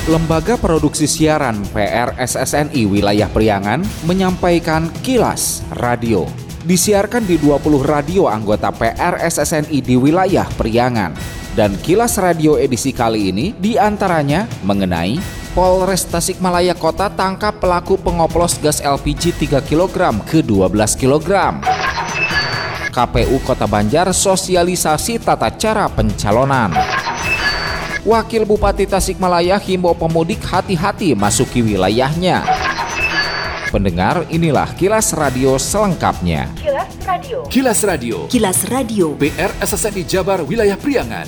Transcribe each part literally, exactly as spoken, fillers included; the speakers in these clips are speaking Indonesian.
Lembaga Produksi Siaran P R S S N I Wilayah Priangan menyampaikan Kilas Radio. Disiarkan di dua puluh radio anggota P R S S N I di wilayah Priangan. Dan Kilas Radio edisi kali ini diantaranya mengenai Polres Tasikmalaya Kota tangkap pelaku pengoplos gas L P G tiga kilogram ke dua belas kilogram. K P U Kota Banjar sosialisasi tata cara pencalonan. Wakil Bupati Tasikmalaya himbau pemudik hati-hati masuki wilayahnya. Pendengar, inilah Kilas Radio selengkapnya. Kilas Radio. Kilas Radio. Kilas Radio. P R S S N I Jabar Wilayah Priangan.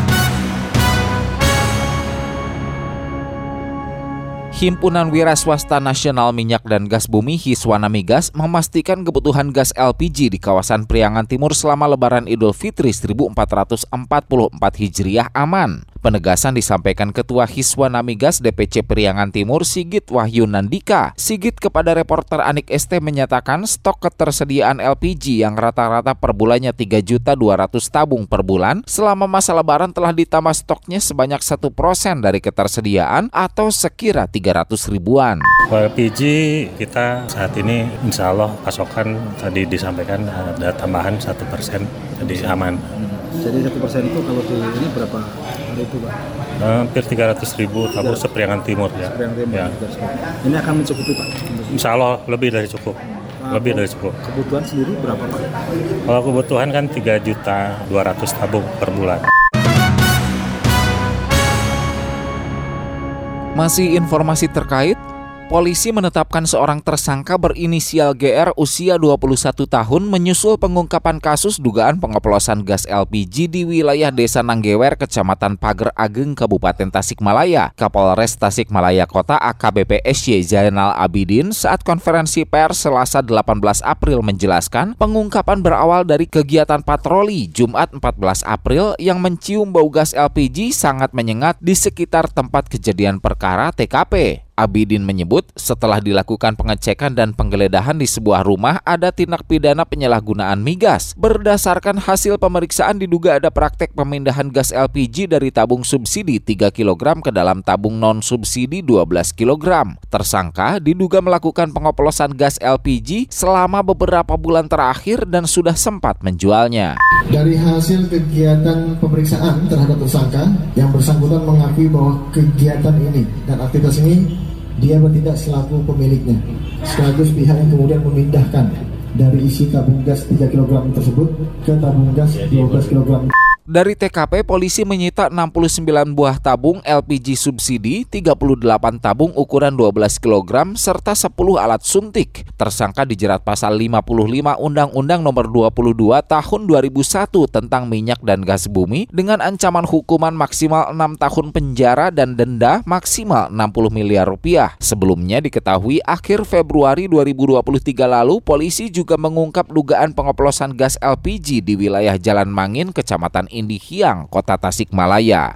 Himpunan Wira Swasta Nasional Minyak dan Gas Bumi Hiswana Migas memastikan kebutuhan gas L P G di kawasan Priangan Timur selama Lebaran Idul Fitri seribu empat ratus empat puluh empat Hijriah aman. Penegasan disampaikan Ketua Hiswana Migas D P C Priangan Timur Sigit Wahyu Nandika. Sigit kepada reporter Anik S T menyatakan stok ketersediaan L P G yang rata-rata per bulannya tiga juta dua ratus tabung per bulan selama masa Lebaran telah ditambah stoknya sebanyak satu persen dari ketersediaan atau sekira tiga ratus ribuan. L P G kita saat ini insya Allah pasokan tadi disampaikan ada tambahan satu persen, jadi aman. Jadi satu persen itu kalau di ini berapa hari itu Pak? Hampir tiga ratus ribu tabung sepriangan timur ya. Sepriangan timur. Ya. Ini akan mencukupi Pak? Insya Allah lebih dari cukup. Nah, lebih dari cukup. Kebutuhan sendiri berapa Pak? Kalau kebutuhan kan tiga juta dua ratus tabung per bulan. Masih informasi terkait, polisi menetapkan seorang tersangka berinisial G R usia dua puluh satu tahun menyusul pengungkapan kasus dugaan pengoplosan gas L P G di wilayah Desa Nanggewer, Kecamatan Pager Ageng, Kabupaten Tasikmalaya. Kapolres Tasikmalaya Kota A K B P S Y Zainal Abidin saat konferensi pers Selasa delapan belas April menjelaskan pengungkapan berawal dari kegiatan patroli Jumat empat belas April yang mencium bau gas L P G sangat menyengat di sekitar tempat kejadian perkara T K P. Abidin menyebut setelah dilakukan pengecekan dan penggeledahan di sebuah rumah ada tindak pidana penyalahgunaan migas. Berdasarkan hasil pemeriksaan diduga ada praktek pemindahan gas L P G dari tabung subsidi tiga kilogram ke dalam tabung non-subsidi dua belas kilogram. Tersangka diduga melakukan pengoplosan gas L P G selama beberapa bulan terakhir dan sudah sempat menjualnya. Dari hasil kegiatan pemeriksaan terhadap tersangka, yang bersangkutan mengakui bahwa kegiatan ini dan aktivitas ini dia bertindak selaku pemiliknya, sekaligus pihak yang kemudian memindahkan dari isi tabung gas tiga kilogram tersebut ke tabung gas dua belas kilogram. Dari T K P, polisi menyita enam puluh sembilan buah tabung L P G subsidi, tiga puluh delapan tabung ukuran dua belas kilogram, serta sepuluh alat suntik. Tersangka dijerat pasal lima puluh lima Undang-Undang Nomor dua puluh dua Tahun dua ribu satu tentang minyak dan gas bumi dengan ancaman hukuman maksimal enam tahun penjara dan denda maksimal enam puluh miliar rupiah. Sebelumnya diketahui akhir Februari dua ribu dua puluh tiga lalu, polisi juga mengungkap dugaan pengoplosan gas L P G di wilayah Jalan Mangin, Kecamatan Indihiang, Kota Tasikmalaya.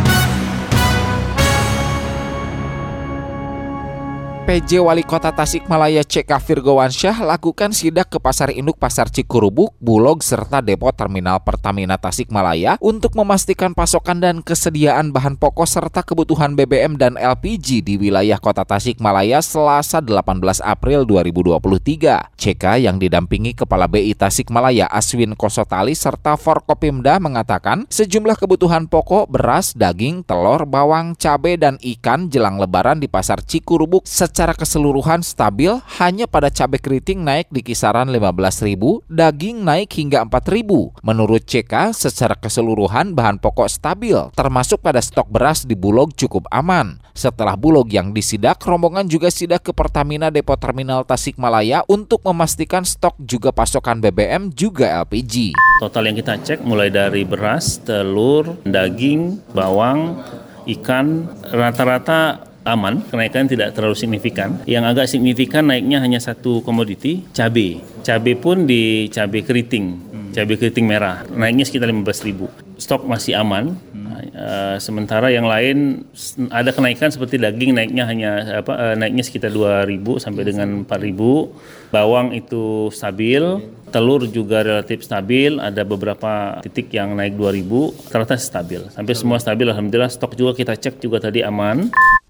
P J Wali Kota Tasikmalaya C K Virgowansyah lakukan sidak ke Pasar Induk Pasar Cikurubuk, Bulog, serta depo terminal Pertamina Tasikmalaya untuk memastikan pasokan dan kesediaan bahan pokok serta kebutuhan B B M dan L P G di wilayah Kota Tasikmalaya Selasa delapan belas April dua ribu dua puluh tiga. C K yang didampingi Kepala B I Tasikmalaya Aswin Kosotali serta Forkopimda mengatakan sejumlah kebutuhan pokok beras, daging, telur, bawang, cabai, dan ikan jelang Lebaran di Pasar Cikurubuk secara keseluruhan stabil, hanya pada cabai keriting naik di kisaran lima belas ribu, daging naik hingga empat ribu. Menurut C K, secara keseluruhan bahan pokok stabil, termasuk pada stok beras di Bulog cukup aman. Setelah Bulog yang disidak, rombongan juga sidak ke Pertamina Depo Terminal Tasikmalaya untuk memastikan stok juga pasokan B B M juga L P G. Total yang kita cek mulai dari beras, telur, daging, bawang, ikan, rata-rata aman, kenaikan tidak terlalu signifikan. Yang agak signifikan naiknya hanya satu komoditi, cabai. Cabai pun di cabai keriting, cabai keriting merah, naiknya sekitar lima belas ribu. Stok masih aman. Uh, sementara yang lain ada kenaikan seperti daging naiknya hanya apa uh, naiknya sekitar dua ribu sampai dengan empat ribu. Bawang itu stabil, telur juga relatif stabil, ada beberapa titik yang naik dua ribu, ternyata stabil. Sampai semua stabil, alhamdulillah. Stok juga kita cek juga tadi aman.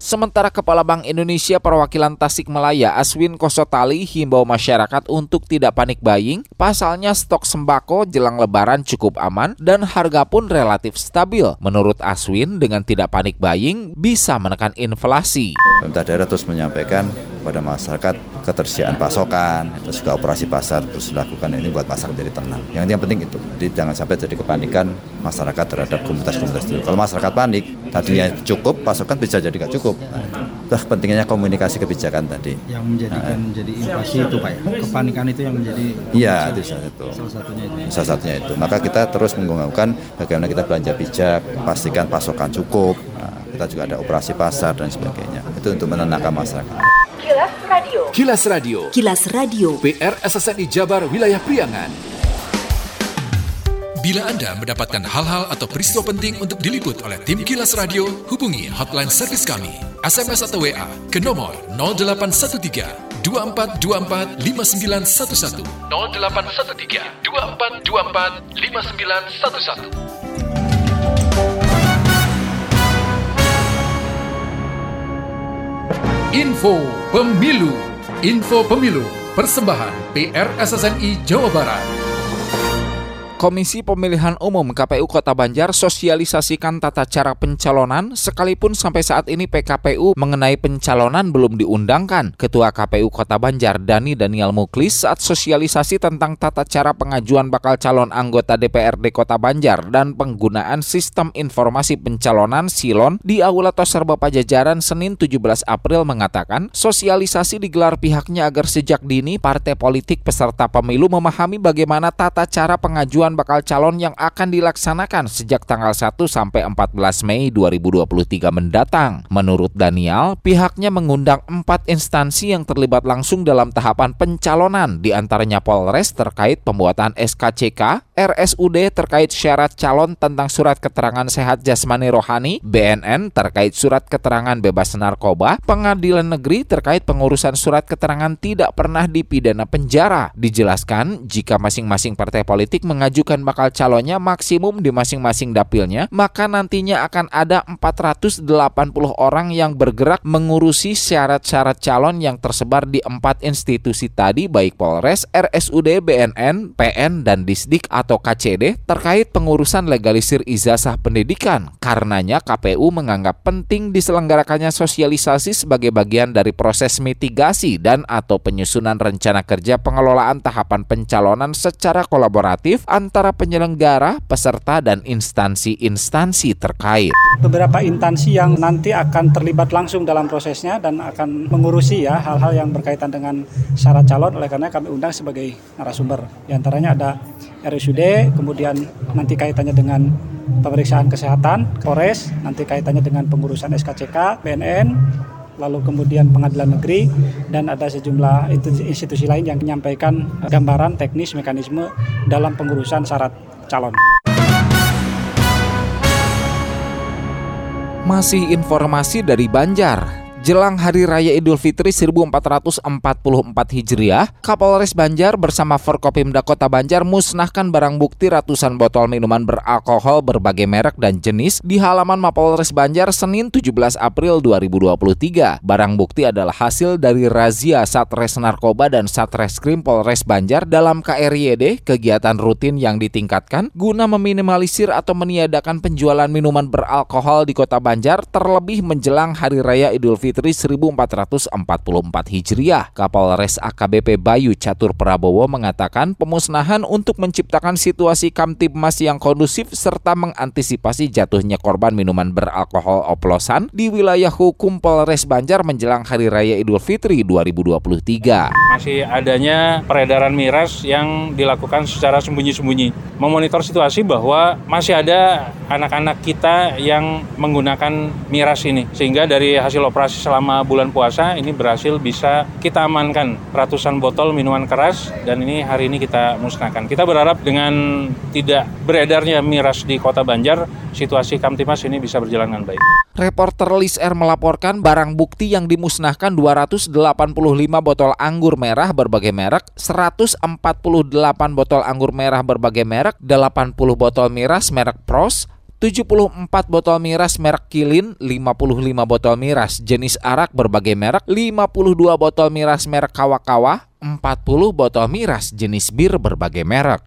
Sementara Kepala Bank Indonesia Perwakilan Tasikmalaya Aswin Kosotali himbau masyarakat untuk tidak panik buying, pasalnya stok sembako jelang lebaran cukup aman dan harga pun relatif stabil. Menurut Aswin, dengan tidak panik buying bisa menekan inflasi. Pemerintah daerah terus menyampaikan kepada masyarakat ketersediaan pasokan, terus juga operasi pasar terus dilakukan ini buat masyarakat jadi tenang. Yang yang penting itu, jadi jangan sampai jadi kepanikan masyarakat terhadap komunitas-komunitas itu. Kalau masyarakat panik, tadinya cukup, pasokan bisa jadi nggak cukup. Nah, itu pentingnya komunikasi kebijakan tadi. Yang menjadikan nah, jadi inflasi itu Pak ya? Kepanikan itu yang menjadi... Iya, itu salah satu. Salah satunya itu. Salah satunya itu. Maka kita terus menggunakan bagaimana kita belanja bijak, pastikan pasokan cukup. Nah, kita juga ada operasi pasar dan sebagainya. Itu untuk menenangkan masyarakat. Kilas Radio. Kilas Radio. Kilas Radio. P R S S N I Jabar Wilayah Priangan. Bila Anda mendapatkan hal-hal atau peristiwa penting untuk diliput oleh tim Kilas Radio, hubungi hotline servis kami, S M S atau W A ke nomor nol delapan satu tiga dua empat dua empat lima sembilan satu satu nol delapan satu tiga dua empat dua empat lima sembilan satu satu. Info Pemilu. Info Pemilu. Persembahan P R S S N I Jawa Barat. Komisi Pemilihan Umum K P U Kota Banjar sosialisasikan tata cara pencalonan sekalipun sampai saat ini P K P U mengenai pencalonan belum diundangkan. Ketua K P U Kota Banjar Dani Daniel Muklis saat sosialisasi tentang tata cara pengajuan bakal calon anggota D P R D Kota Banjar dan penggunaan sistem informasi pencalonan Silon di Aula Toserba Pajajaran Senin tujuh belas April mengatakan sosialisasi digelar pihaknya agar sejak dini partai politik peserta pemilu memahami bagaimana tata cara pengajuan bakal calon yang akan dilaksanakan sejak tanggal satu sampai empat belas Mei dua ribu dua puluh tiga mendatang. Menurut Daniel, pihaknya mengundang empat instansi yang terlibat langsung dalam tahapan pencalonan, di antaranya Polres terkait pembuatan S K C K, R S U D terkait syarat calon tentang surat keterangan sehat jasmani rohani, B N N terkait surat keterangan bebas narkoba, Pengadilan Negeri terkait pengurusan surat keterangan tidak pernah dipidana penjara. Dijelaskan, jika masing-masing partai politik mengajukan mengajukan bakal calonnya maksimum di masing-masing dapilnya, maka nantinya akan ada empat ratus delapan puluh orang yang bergerak mengurusi syarat-syarat calon yang tersebar di empat institusi tadi, baik Polres, R S U D, B N N, P N, dan Disdik atau K C D terkait pengurusan legalisir ijazah pendidikan. Karenanya K P U menganggap penting diselenggarakannya sosialisasi sebagai bagian dari proses mitigasi dan atau penyusunan rencana kerja pengelolaan tahapan pencalonan secara kolaboratif antara penyelenggara, peserta, dan instansi-instansi terkait. Beberapa instansi yang nanti akan terlibat langsung dalam prosesnya dan akan mengurusi ya hal-hal yang berkaitan dengan syarat calon, oleh karena kami undang sebagai narasumber. Di antaranya ada R S U D, kemudian nanti kaitannya dengan pemeriksaan kesehatan, Polres, nanti kaitannya dengan pengurusan S K C K, B N N, lalu kemudian Pengadilan Negeri, dan ada sejumlah institusi lain yang menyampaikan gambaran teknis mekanisme dalam pengurusan syarat calon. Masih informasi dari Banjar. Jelang Hari Raya Idul Fitri seribu empat ratus empat puluh empat Hijriah, Kapolres Banjar bersama Forkopimda Kota Banjar musnahkan barang bukti ratusan botol minuman beralkohol berbagai merek dan jenis di halaman Mapolres Banjar Senin tujuh belas April dua ribu dua puluh tiga. Barang bukti adalah hasil dari razia Satres Narkoba dan Satreskrim Polres Banjar dalam K R Y D, kegiatan rutin yang ditingkatkan guna meminimalisir atau meniadakan penjualan minuman beralkohol di Kota Banjar terlebih menjelang Hari Raya Idul Fitri seribu empat ratus empat puluh empat Hijriah. Kapolres A K B P Bayu Catur Prabowo mengatakan pemusnahan untuk menciptakan situasi Kamtibmas yang kondusif serta mengantisipasi jatuhnya korban minuman beralkohol oplosan di wilayah hukum Polres Banjar menjelang Hari Raya Idul Fitri dua ribu dua puluh tiga. Masih adanya peredaran miras yang dilakukan secara sembunyi-sembunyi. Memonitor situasi bahwa masih ada anak-anak kita yang menggunakan miras ini, sehingga dari hasil operasi selama bulan puasa ini berhasil bisa kita amankan ratusan botol minuman keras, dan ini hari ini kita musnahkan. Kita berharap dengan tidak beredarnya miras di Kota Banjar, situasi Kamtibmas ini bisa berjalan dengan baik. Reporter Lis R melaporkan barang bukti yang dimusnahkan dua ratus delapan puluh lima botol anggur merah berbagai merek, seratus empat puluh delapan botol anggur merah berbagai merek, delapan puluh botol miras merek Pros, tujuh puluh empat botol miras merek Kilin, lima puluh lima botol miras jenis arak berbagai merek, lima puluh dua botol miras merek Kawa-Kawa, empat puluh botol miras jenis bir berbagai merek.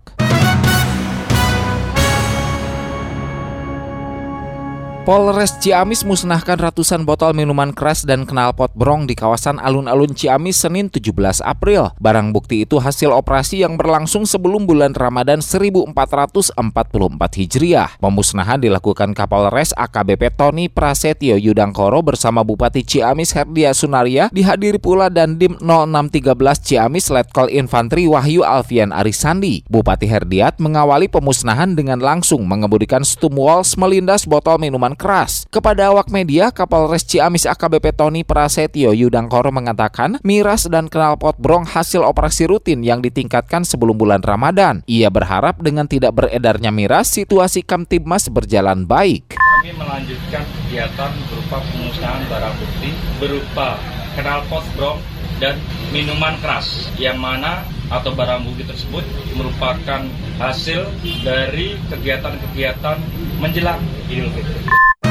Polres Ciamis musnahkan ratusan botol minuman keras dan knalpot brong di kawasan alun-alun Ciamis Senin tujuh belas April. Barang bukti itu hasil operasi yang berlangsung sebelum bulan Ramadan seribu empat ratus empat puluh empat Hijriah. Pemusnahan dilakukan Kapolres A K B P Tony Prasetyo Yudangkoro bersama Bupati Ciamis Herdia Sunaria, dihadiri pula Dandim nol enam tiga belas Ciamis Letkol Infantri Wahyu Alfian Arisandi. Bupati Herdiat mengawali pemusnahan dengan langsung mengemudikan Stonewalls melindas botol minuman keras. Kepada awak media, Kapolres Ciamis A K B P Tony Prasetyo Yudangkoro mengatakan miras dan knalpot brong hasil operasi rutin yang ditingkatkan sebelum bulan Ramadan. Ia berharap dengan tidak beredarnya miras, situasi Kamtibmas berjalan baik. Kami melanjutkan kegiatan berupa pemusnahan barang bukti berupa knalpot brong dan minuman keras, yang mana atau barang bukti tersebut merupakan hasil dari kegiatan-kegiatan menjelang Idul Fitri.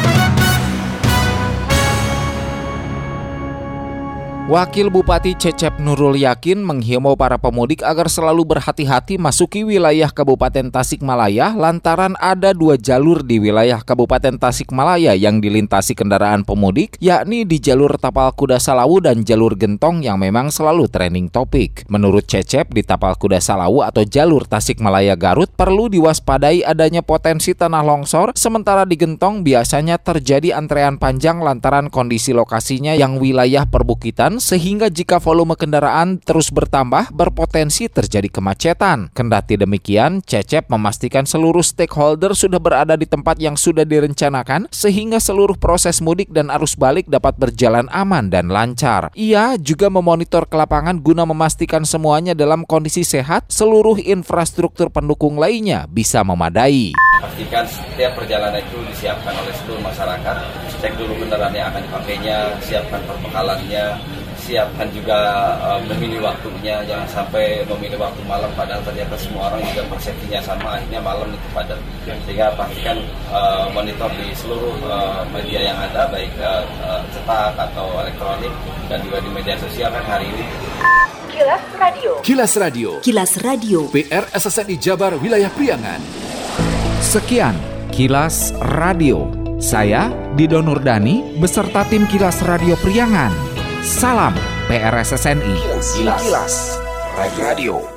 Wakil Bupati Cecep Nurul Yakin menghimbau para pemudik agar selalu berhati-hati masuki wilayah Kabupaten Tasikmalaya lantaran ada dua jalur di wilayah Kabupaten Tasikmalaya yang dilintasi kendaraan pemudik, yakni di jalur Tapal Kuda Salawu dan jalur Gentong yang memang selalu trending topik. Menurut Cecep, di Tapal Kuda Salawu atau jalur Tasikmalaya Garut perlu diwaspadai adanya potensi tanah longsor, sementara di Gentong biasanya terjadi antrean panjang lantaran kondisi lokasinya yang wilayah perbukitan, sehingga jika volume kendaraan terus bertambah berpotensi terjadi kemacetan. Kendati demikian, Cecep memastikan seluruh stakeholder sudah berada di tempat yang sudah direncanakan sehingga seluruh proses mudik dan arus balik dapat berjalan aman dan lancar. Ia juga memonitor ke lapangan guna memastikan semuanya dalam kondisi sehat, seluruh infrastruktur pendukung lainnya bisa memadai. Pastikan setiap perjalanan itu disiapkan oleh seluruh masyarakat, cek dulu kendaraan yang akan dipakainya, siapkan perbekalannya, siapkan juga uh, memilih waktunya, jangan sampai memilih waktu malam padahal ternyata semua orang juga persepsinya sama, akhirnya malam itu padat. Sehingga pastikan uh, monitor di seluruh uh, media yang ada, baik uh, uh, cetak atau elektronik dan juga di media sosial kan hari ini. Kilas Radio. Kilas Radio. Kilas Radio. P R S S N I Jabar Wilayah Priangan. Sekian Kilas Radio. Saya Dido Nurdani beserta tim Kilas Radio Priangan. Salam P R S S N I. Kilas, Kilas Radio.